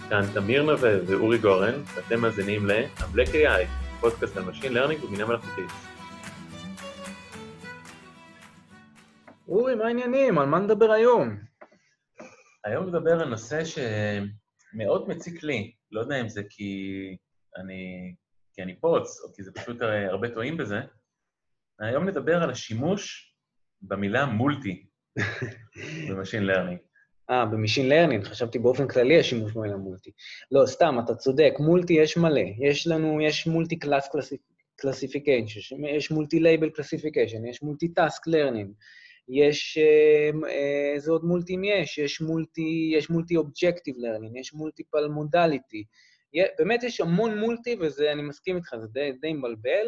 כאן תמיר נווה ואורי גורן, ואתם מאזינים ל-Black AI, פודקאסט על Machine Learning ובינה מלאכותית. אורי, מה העניינים? על מה נדבר היום? היום נדבר על נושא שמאוד מציק לי, לא יודע אם זה כי אני פוץ, או כי זה פשוט הרבה טועים בזה. היום נדבר על השימוש במילה מולטי ב-Machine Learning. במשין לרנינג, חשבתי באופן כללי השימוש במילה מולטי. לא, סתם, אתה צודק, מולטי יש מלא. יש מולטי קלאס קלסיפיקיישן, יש מולטי לייבל קלסיפיקיישן, יש מולטי טאסק לרנינג, יש, איזה עוד מולטים יש מולטי אובג'קטיב לרנינג, יש מולטיפל מודליטי. באמת יש המון מולטי, וזה, אני מסכים איתך, זה די מבלבל,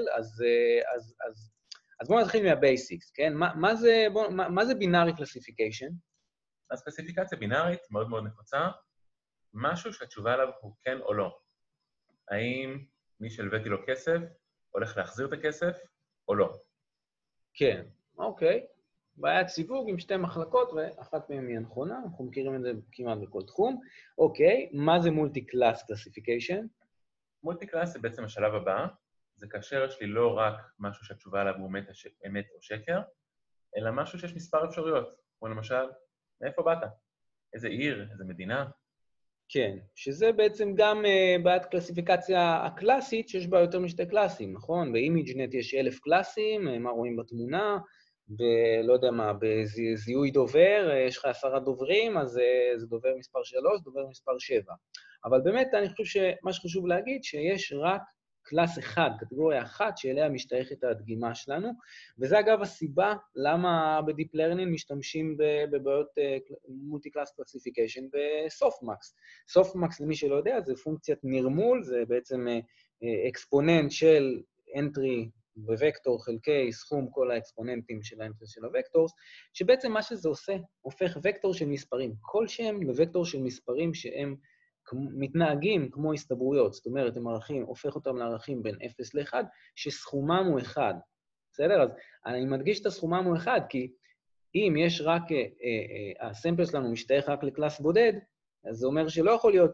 אז בואו נתחיל מהבייסיקס, כן? מה זה בינארי קלסיפיקיישן? אז קלסיפיקציה בינארית מאוד מאוד נפוצה, משהו שהתשובה עליו הוא כן או לא. האם מי שלוויתי לו כסף הולך להחזיר את הכסף או לא? כן, אוקיי. בעיית סיווג עם שתי מחלקות, ואחת מהן היא הנכונה, אנחנו מכירים את זה כמעט בכל תחום. אוקיי, מה זה מולטי-קלאס קלסיפיקיישן? מולטי-קלאס זה בעצם השלב הבא, זה כאשר יש לי לא רק משהו שהתשובה עליו הוא אמת או שקר, אלא משהו שיש מספר אפשרויות, כמו למשל, מאיפה באת? איזה עיר, איזה מדינה? כן, שזה בעצם גם בעיית קלסיפיקציה הקלאסית, שיש בה יותר משתי קלאסים, נכון? באימיג'נט יש 1,000 קלאסים, מה רואים בתמונה, לא יודע מה, בזיהוי דובר, יש לך 10 דוברים, אז זה דובר מספר 3, דובר מספר 7. אבל באמת, אני חושב שמה שחשוב להגיד, שיש רק קלאס אחד, קטגוריה אחת, שאליה משתייכת הדגימה שלנו, וזה אגב הסיבה למה בדיפ לרנינג משתמשים בבעיות מולטי-קלאס קלסיפיקיישן בסופטמקס. סופטמקס, למי שלא יודע, זה פונקציית נרמול, זה בעצם אקספוננט של entry בווקטור חלקי סכום כל האקספוננטים של האנטרי של הוקטורס, שבעצם מה שזה עושה, הופך וקטור של מספרים, כלשהם לוקטור של מספרים שהם מתנהגים כמו הסתברויות, זאת אומרת, הם ערכים, הופך אותם לערכים בין 0 ל-1, שסכומם הוא 1. בסדר? אז אני מדגיש את הסכומם הוא 1, כי אם יש רק, הסמפל שלנו משתייך רק לקלאס בודד, אז זה אומר שלא יכול להיות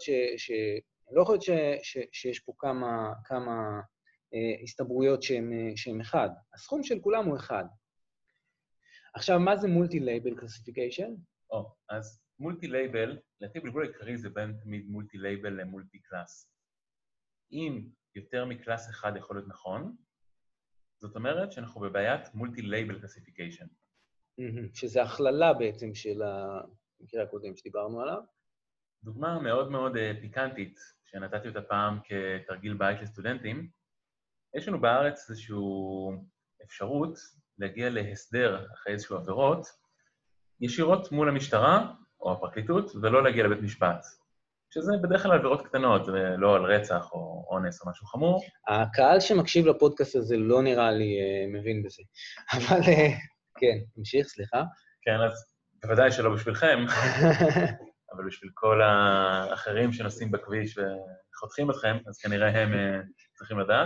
שיש פה כמה הסתברויות שהן 1. הסכום של כולם הוא 1. עכשיו, מה זה מולטי-לייבל קלסיפיקיישן? אז מולטי-לייבל, לדעתי בלבול העיקרי זה בין תמיד מולטי-לייבל למולטי-קלאס. אם יותר מקלאס אחד יכול להיות נכון, זאת אומרת שאנחנו בבעיית מולטי-לייבל קלסיפיקיישן. שזה הכללה בעצם של המקרה הקודם שדיברנו עליו. דוגמה מאוד מאוד פיקנטית, שנתתי אותה פעם כתרגיל בית לסטודנטים, יש לנו בארץ איזושהי אפשרות להגיע להסדר אחרי איזשהו עבירות, ישירות מול המשטרה או הפרקליטות, ולא להגיע לבית משפט. שזה בדרך כלל עבירות קטנות, לא על רצח או אונס או משהו חמור. הקהל שמקשיב לפודקאסט הזה לא נראה לי מבין בזה. אבל כן, תמשיך, סליחה. כן, אז בוודאי שלא בשבילכם, אבל בשביל כל האחרים שנוסעים בכביש וחותכים אתכם, אז כנראה הם צריכים לדעת.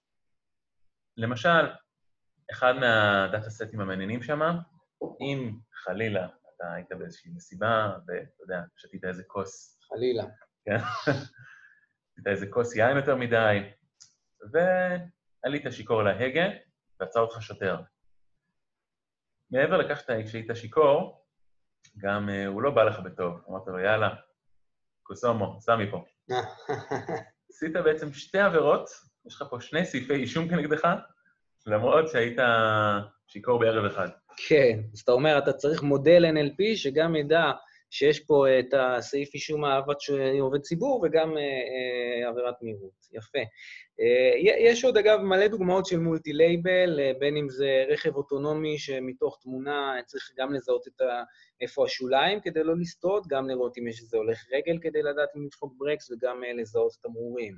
למשל, אחד מהדאטה סטים המעניינים שם, אם חלילה אתה היית באיזושהי מסיבה, ואתה יודע, שתית איזה כוס... חלילה. כן? שתית איזה כוס יין יותר מדי, ועלית שיקור להגה, ועצר אותך שוטר. מעבר לכך כשהיית שיקור, גם הוא לא בא לך בטוב. אמרת לו, יאללה, קוסומו, סמי פה. עשית בעצם שתי עבירות, יש לך פה 2 סעיפי אישום כנגדך, למרות שהיית שיקור בערב אחד. כן, אז אתה אומר, אתה צריך מודל NLP שגם ידע שיש פה את הסעיף אישום האהבת שעובד ציבור וגם עבירת מהירות. יפה. יש עוד אגב מלא דוגמאות של מולטי-לייבל, בין אם זה רכב אוטונומי שמתוך תמונה צריך גם לזהות איפה השוליים כדי לא לסטות, גם לראות אם יש איזה הולך רגל כדי לדעת אם לדפוק ברקס וגם לזהות תמרורים.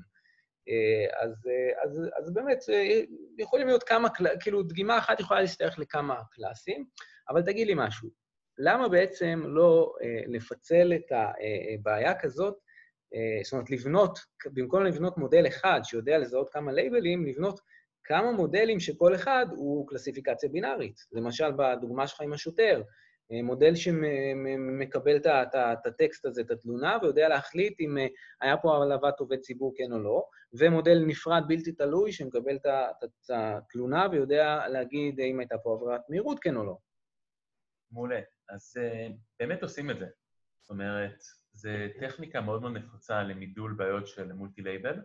אז באמת, יכולים להיות כמה, כאילו דגימה אחת יכולה להסתייך לכמה קלאסים, אבל תגיד לי משהו, למה בעצם לא לפצל את הבעיה כזאת, זאת אומרת, לבנות, במקום לבנות מודל אחד שיודע לזהות כמה לייבלים, לבנות כמה מודלים שכל אחד הוא קלסיפיקציה בינארית. למשל, בדוגמה שלך עם השוטר, מודל שמקבל את הטקסט הזה, את התלונה, ויודע להחליט אם היה פה העלבת עובד ציבור כן או לא, ומודל נפרד בלתי תלוי שמקבל את התלונה ויודע להגיד אם הייתה פה עבירת מהירות כן או לא. מעולה. אז באמת עושים את זה. זאת אומרת, זו טכניקה מאוד מאוד נפוצה למידול בעיות של מולטי-לייבל,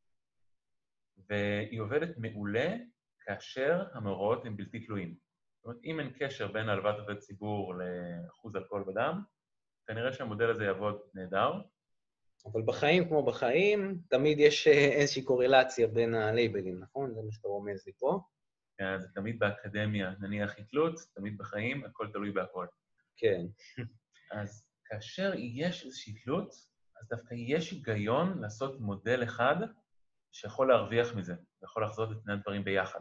והיא עובדת מעולה כאשר המאורעות הם בלתי תלויים. זאת אומרת, אם אין קשר בין העלבת עובד ציבור לאחוז אלכוהול בדם, כנראה שהמודל הזה יעבוד נהדר. אבל בחיים כמו בחיים, תמיד יש איזושהי קורלציה בין הלייבלים, נכון? זה מה שאתה רומז לי פה. כן, זה תמיד באקדמיה, נניח התלות, תמיד בחיים, הכל תלוי בהכל. כן. אז כאשר יש איזושהי תלות, אז דווקא יש היגיון לעשות מודל אחד שיכול להרוויח מזה, ויכול לחזות את שני הדברים ביחד.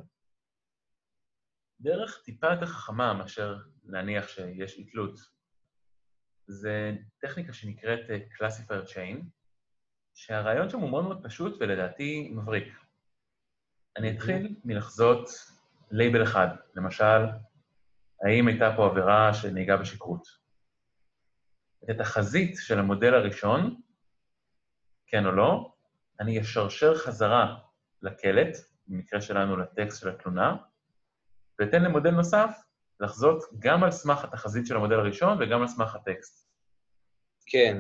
דרך טיפה יותר חכמה מאשר להניח שיש התלות, זה טכניקה שנקראת Classifier Chain, שהרעיון שם הוא מאוד מאוד פשוט ולדעתי מבריק. אני אתחיל מלחזות לייבל אחד, למשל, האם הייתה פה עבירה של נהיגה בשכרות. את התחזית של המודל הראשון, כן או לא, אני אשרשר חזרה לקלט, במקרה שלנו לטקסט של התלונה, ואתן למודל נוסף לחזות גם על סמך התחזית של המודל הראשון וגם על סמך הטקסט. כן,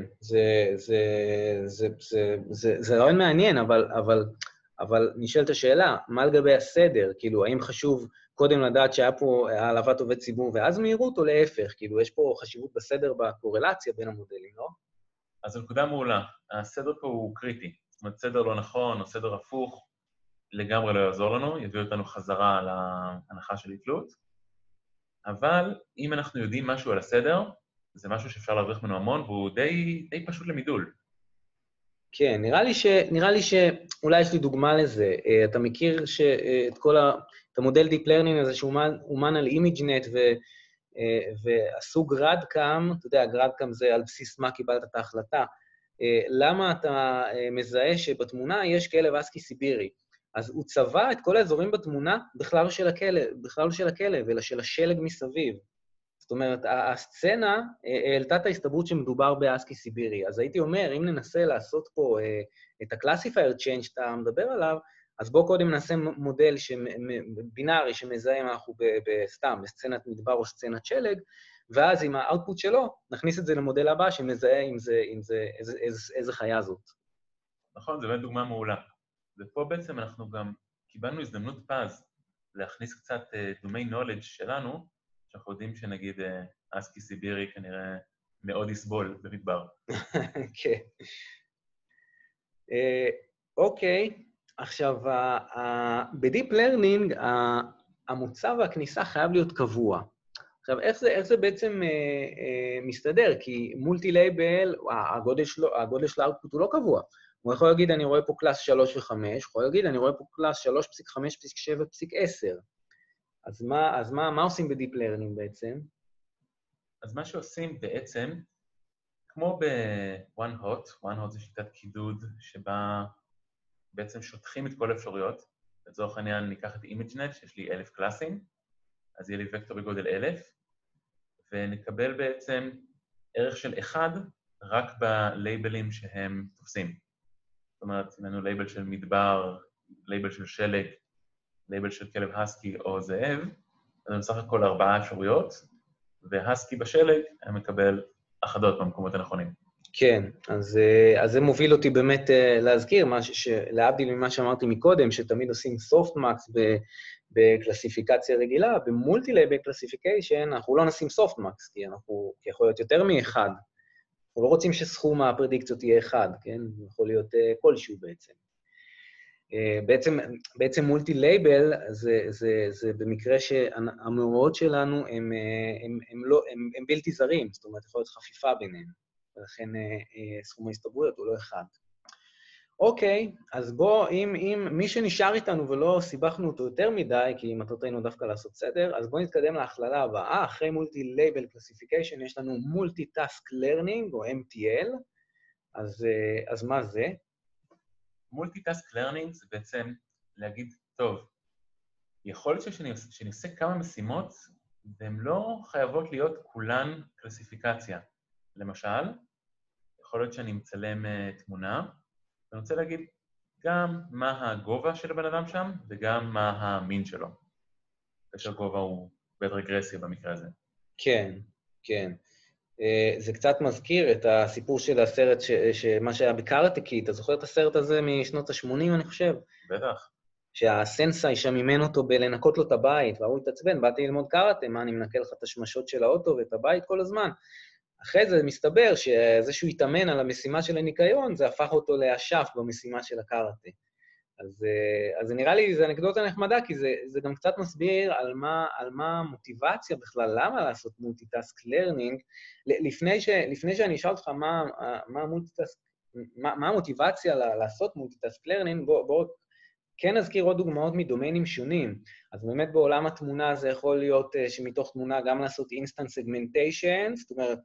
זה רעיון מעניין, אבל נשאלת השאלה, מה לגבי הסדר? כאילו, האם חשוב קודם לדעת שהיה פה העלבת עובד ציבור ואז מהירות, או להפך? כאילו, יש פה חשיבות בסדר בקורלציה בין המודלים, לא? אז הנקודה מעולה. הסדר פה הוא קריטי. זאת אומרת, סדר לא נכון או סדר הפוך, לגמרי לא יעזור לנו, יביא אותנו חזרה להנחה של התלות. אבל אם אנחנו יודעים משהו על הסדר, זה משהו שאפשר להרוויח ממנו המון, והוא די פשוט למידול. כן, נראה לי שאולי יש לי דוגמה לזה. אתה מכיר את המודל Deep Learning הזה שאומן על ImageNet ועשו גרדקאם, אתה יודע, גרדקאם זה על בסיס מה קיבלת את ההחלטה. למה אתה מזהה שבתמונה יש כלב אסקי סיבירי? אז הוא צבע את כל האזורים בתמונה בכלל לא של הכלב, אלא של השלג מסביב. זאת אומרת, הסצנה העלתה את ההסתברות שמדובר באסקי סיבירי. אז הייתי אומר, אם ננסה לעשות פה את ה-classifier chain שאתה מדבר עליו, אז בואו קודם נעשה מודל בינארי שמזהה אם אנחנו בסתם, בסצנת מדבר או סצנת שלג, ואז עם האוטפוט שלו, נכניס את זה למודל הבא שמזהה איזה חיה זאת. נכון, זו באמת דוגמה מעולה. ופה בעצם אנחנו גם קיבלנו הזדמנות פז להכניס קצת דומי knowledge שלנו, שאנחנו יודעים שנגיד אסקי סיבירי כנראה מאוד יסבול במדבר. כן. אוקיי, עכשיו, בדיפ לרנינג, המוצא והכניסה חייב להיות קבוע. עכשיו, איך זה בעצם מסתדר? כי מולטי-לייבל, הגודל של האוטפוט הוא לא קבוע. הוא יכול להגיד, אני רואה פה קלאס 3 ו-5, יכול להגיד, אני רואה פה קלאס 3.5.7.10. אז מה עושים בדיפ לרנינג בעצם? אז מה שעושים בעצם, כמו ב-OneHot זה שיטת קידוד שבה בעצם שוטחים את כל האפשרויות. לצורך העניין ניקח את ImageNet, שיש לי 1,000 קלאסים, אז יהיה לי וקטור בגודל 1,000, ונקבל בעצם ערך של 1 רק בלייבלים שהם תופסים. זאת אומרת, אם לנו לייבל של מדבר, לייבל של שלג, לייבל של כלב הסקי או זאב, אז בסך הכל 4 אפשרויות, והסקי בשלג הם מקבל אחדות במקומות הנכונים. כן, אז זה מוביל אותי באמת להזכיר, להבדיל ממה שאמרתי מקודם, שתמיד עושים softmax בקלסיפיקציה רגילה, במולטי-לייבל קלסיפיקיישן אנחנו לא נשים softmax, כי יכול להיות יותר מאחד. אנחנו לא רוצים שסכום הפרדיקציות יהיה אחד, כן? יכול להיות כלשהו בעצם. בעצם מולטי-לייבל זה במקרה שהמאורעות שלנו הם בלתי זרים, זאת אומרת, יכול להיות חפיפה ביניהם, ולכן סכום ההסתברויות הוא לא אחד. אוקיי, אז בוא, אם מי שנשאר איתנו ולא סיבכנו אותו יותר מדי, כי מטרתנו דווקא לעשות סדר, אז בואו נתקדם להכללה הבאה. אחרי מולטי-לייבל קלסיפיקיישן יש לנו מולטי-טאסק לרנינג, או MTL, אז מה זה? מולטי-טאסק לרנינג זה בעצם להגיד, טוב, יכול להיות שאני עושה כמה משימות והן לא חייבות להיות כולן קלסיפיקציה. למשל, יכול להיות שאני מצלם תמונה, ואני רוצה להגיד גם מה הגובה של הבן אדם שם, וגם מה המין שלו. כאשר גובה הוא ברגרסיה במקרה הזה. כן, כן. זה קצת מזכיר את הסיפור של הסרט, מה שהיה בקארטה קיד. אתה זוכר את הסרט הזה משנות ה-80, אני חושב? בטח. שהסנסאי שם אימן אותו בלנקות לו את הבית, והוא התעצבן, באתי ללמוד קארטה, מה, אני מנקה לך את השמשות של האוטו ואת הבית כל הזמן. אחרי זה מסתבר שזה שהוא התאמן על המשימה של הניקיון, זה הפך אותו לאשף במשימה של הקארטה. אז זה נראה לי, זה אנקדוטה נחמדה, כי זה גם קצת מסביר על מה המוטיבציה בכלל, למה לעשות מולטיטאסק לרנינג. לפני שאני אשאל אותך מה המוטיבציה לעשות מולטיטאסק לרנינג, בואו כן נזכיר עוד דוגמאות מדומיינים שונים. אז באמת בעולם התמונה זה יכול להיות שמתוך תמונה גם לעשות instant segmentation, זאת אומרת,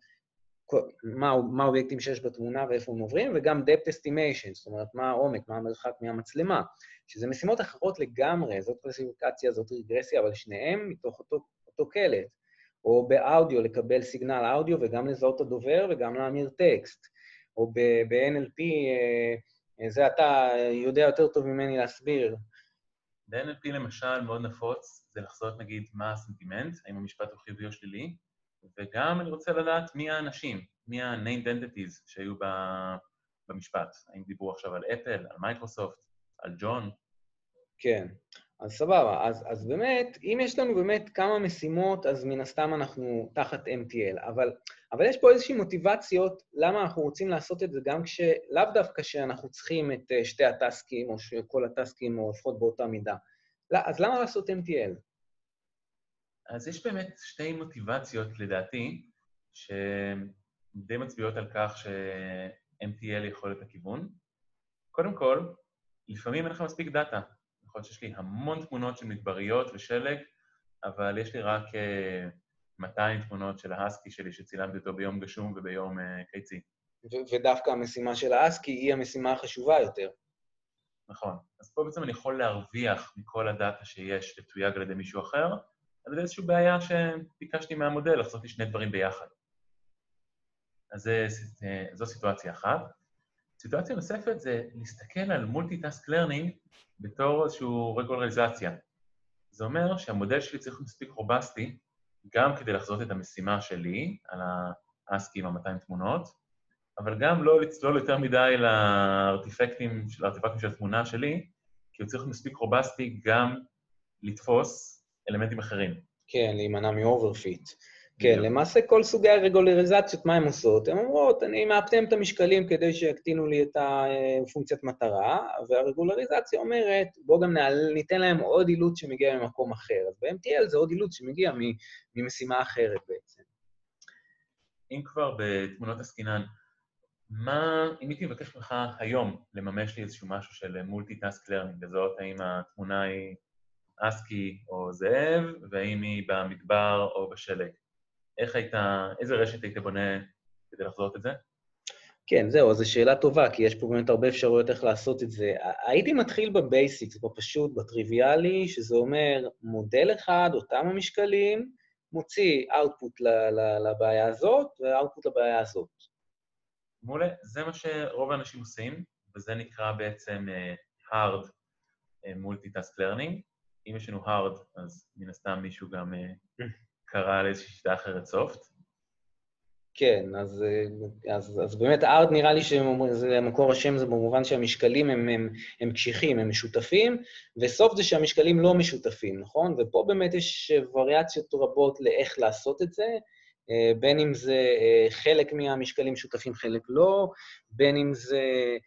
מה האובייקטים שיש בתמונה ואיפה הם עוברים, וגם depth estimation, זאת אומרת, מה העומק, מה המרחק מהמצלמה, שזה משימות אחרות לגמרי, זאת קלסיפיקציה, זאת רגרסיה, אבל שניהם מתוך אותו קלט, או באודיו, לקבל סיגנל אודיו וגם לזהות את הדובר וגם להמיר טקסט, או ב-NLP, זה אתה יודע יותר טוב ממני להסביר. ב-NLP למשל מאוד נפוץ, זה לחזות נגיד מה הסנטימנט, האם המשפט הוא חיובי או שלילי, וגם אני רוצה לדעת מי האנשים, מי ה-named entities שהיו במשפט. האם דיברו עכשיו על אפל, על מייקרוסופט, על ג'ון? כן, אז סבבה. אז באמת, אם יש לנו באמת כמה משימות, אז מן הסתם אנחנו תחת MTL. אבל יש פה איזושהי מוטיבציות, למה אנחנו רוצים לעשות את זה גם לאו דווקא שאנחנו צריכים את שתי הטסקים, או שכל הטסקים, או לפחות באותה מידה. אז למה לעשות MTL? אז יש באמת שתי מוטיבציות, לדעתי, שדי מצביעות על כך ש-MTL יכול להיות הכיוון. קודם כל, לפעמים אין לך מספיק דאטה. יכול להיות שיש לי המון תמונות של מדבריות ושלג, אבל יש לי רק 200 תמונות של ההסקי שלי שצילמתי אותו ביום גשום וביום קיצי. ודווקא המשימה של ההסקי היא המשימה החשובה יותר. נכון. אז פה בעצם אני יכול להרוויח מכל הדאטה שיש לתויג על ידי מישהו אחר, אז זה איזושהי בעיה שביקשתי מהמודל לעשות לי שני דברים ביחד. אז זו סיטואציה אחת. סיטואציה נוספת זה להסתכל על מולטי-טאסק לרנינג בתור איזושהי רגולריזציה. זה אומר שהמודל שלי צריך מספיק רובסטי, גם כדי לחזות את המשימה שלי, על האסקי עם ה-200 תמונות, אבל גם לא לצלול יותר מדי לארטיפקטים של התמונה שלי, כי הוא צריך מספיק רובסטי גם לתפוס אלמנטים אחרים. כן, להימנע מאוברפיט. כן, למעשה כל סוגי הרגולריזציות, מה הן עושות? הן אומרות, אני מאפטם את המשקלים כדי שיקטינו לי את הפונקציית מטרה, והרגולריזציה אומרת, בואו גם ניתן להם עוד אילוץ שמגיע ממקום אחר. אז ב-MTL זה עוד אילוץ שמגיע ממשימה אחרת בעצם. אם כבר בתמונות עסקינן, אם הייתי מבקש ממך היום לממש לי איזשהו משהו של מולטי-טאסק לרנינג, לזהות האם התמונה היא אסקי או זאב, והאם היא במדבר או בשלג. איזה רשת היית בונה כדי לחזות את זה? כן, זהו, זו שאלה טובה, כי יש פה באמת הרבה אפשרויות איך לעשות את זה. הייתי מתחיל בבייסיקס, בפשוט, בטריוויאלי, שזה אומר מודל אחד, אותם המשקלים, מוציא אאוטפוט לבעיה הזאת, ואאוטפוט לבעיה הזאת. מעולה, זה מה שרוב האנשים עושים, וזה נקרא בעצם hard multitask learning. אם יש לנו hard, אז מן הסתם מישהו גם קרא לאיזושהי שיטה אחרת soft. כן, אז באמת hard נראה לי שמקור השם זה במובן שהמשקלים הם קשיחים, הם משותפים, וסופט זה שהמשקלים לא משותפים, נכון? ופה באמת יש וריאציות רבות לאיך לעשות את זה, בין אם זה חלק מהמשקלים שותפים, חלק לא, בין אם זה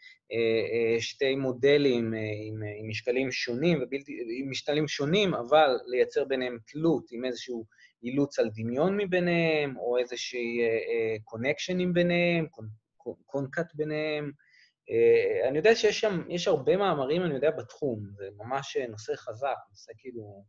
שתי מודלים עם משקלים שונים, עם משקלים שונים, אבל לייצר ביניהם תלות עם איזשהו אילוץ על דמיון מביניהם, או איזושהי קונקשנים ביניהם, קונקט ביניהם. אני יודע שיש הרבה מאמרים, אני יודע, בתחום, זה ממש נושא חזק, נושא כאילו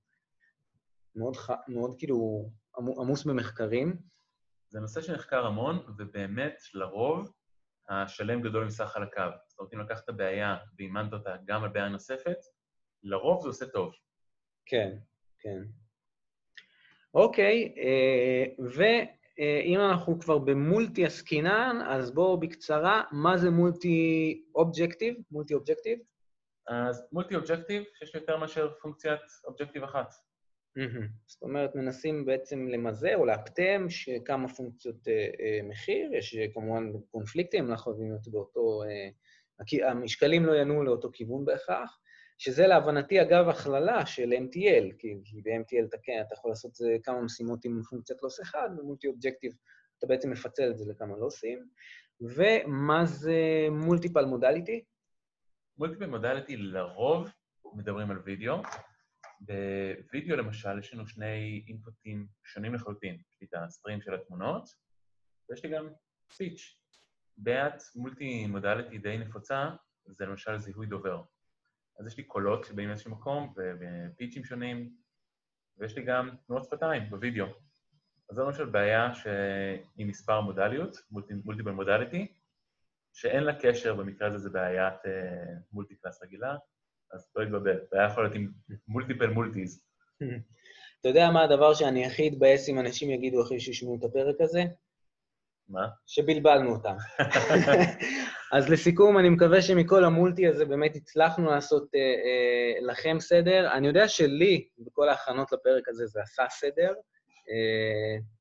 מאוד כאילו עמוס במחקרים. זה נושא שנחקר המון, ובאמת, לרוב, השלם גדול מסך חלקיו. זאת אומרת, אם לקחת הבעיה ואימנת אותה גם על בעיה נוספת, לרוב זה עושה טוב. כן, כן. אוקיי, ואם אנחנו כבר במולטי עסקינן, אז בואו בקצרה, מה זה מולטי-אובג'קטיב? מולטי-אובג'קטיב? אז מולטי-אובג'קטיב, שיש יותר מאשר פונקציית אובג'קטיב אחת. זאת אומרת, מנסים בעצם למזער או להפטם כמה פונקציות מחיר, יש כמובן קונפליקטים, אנחנו אוהבים להיות באותו, המשקלים לא ינועו לאותו כיוון בהכרח, שזה להבנתי אגב הכללה של MTL, כי ב-MTL אתה יכול לעשות כמה משימות עם פונקציית לוס אחד, במולטי אובג'קטיב אתה בעצם מפצל את זה לכמה לוסים, ומה זה מולטיפל מודליטי? מולטיפל מודליטי לרוב מדברים על וידאו. בווידאו למשל יש לנו שני אינפוטים שונים לחלוטין, יש לי את הסטרים של התמונות, ויש לי גם ספיץ'. בעיית מולטי מודליטי די נפוצה, זה למשל זיהוי דובר. אז יש לי קולות שבאים לאיזשהו מקום, ופיצ'ים שונים, ויש לי גם תנועות שפתיים בווידאו. אז זו למשל בעיה שהיא מספר מודליות, מולטיפל מודליטי, שאין לה קשר, במקרה הזה זה בעיית מולטי קלאס רגילה, אז לא יתבלבל, בעיה יכול להיות עם מולטיפל מולטיז. אתה יודע מה הדבר שאני הכי אתבאס אם אנשים יגידו אחרי שישמעו את הפרק הזה? מה? שבלבלנו אותם. אז לסיכום, אני מקווה שמכל המולטי הזה באמת הצלחנו לעשות לכם סדר. אני יודע שלי, בכל ההכנות לפרק הזה, זה עשה סדר.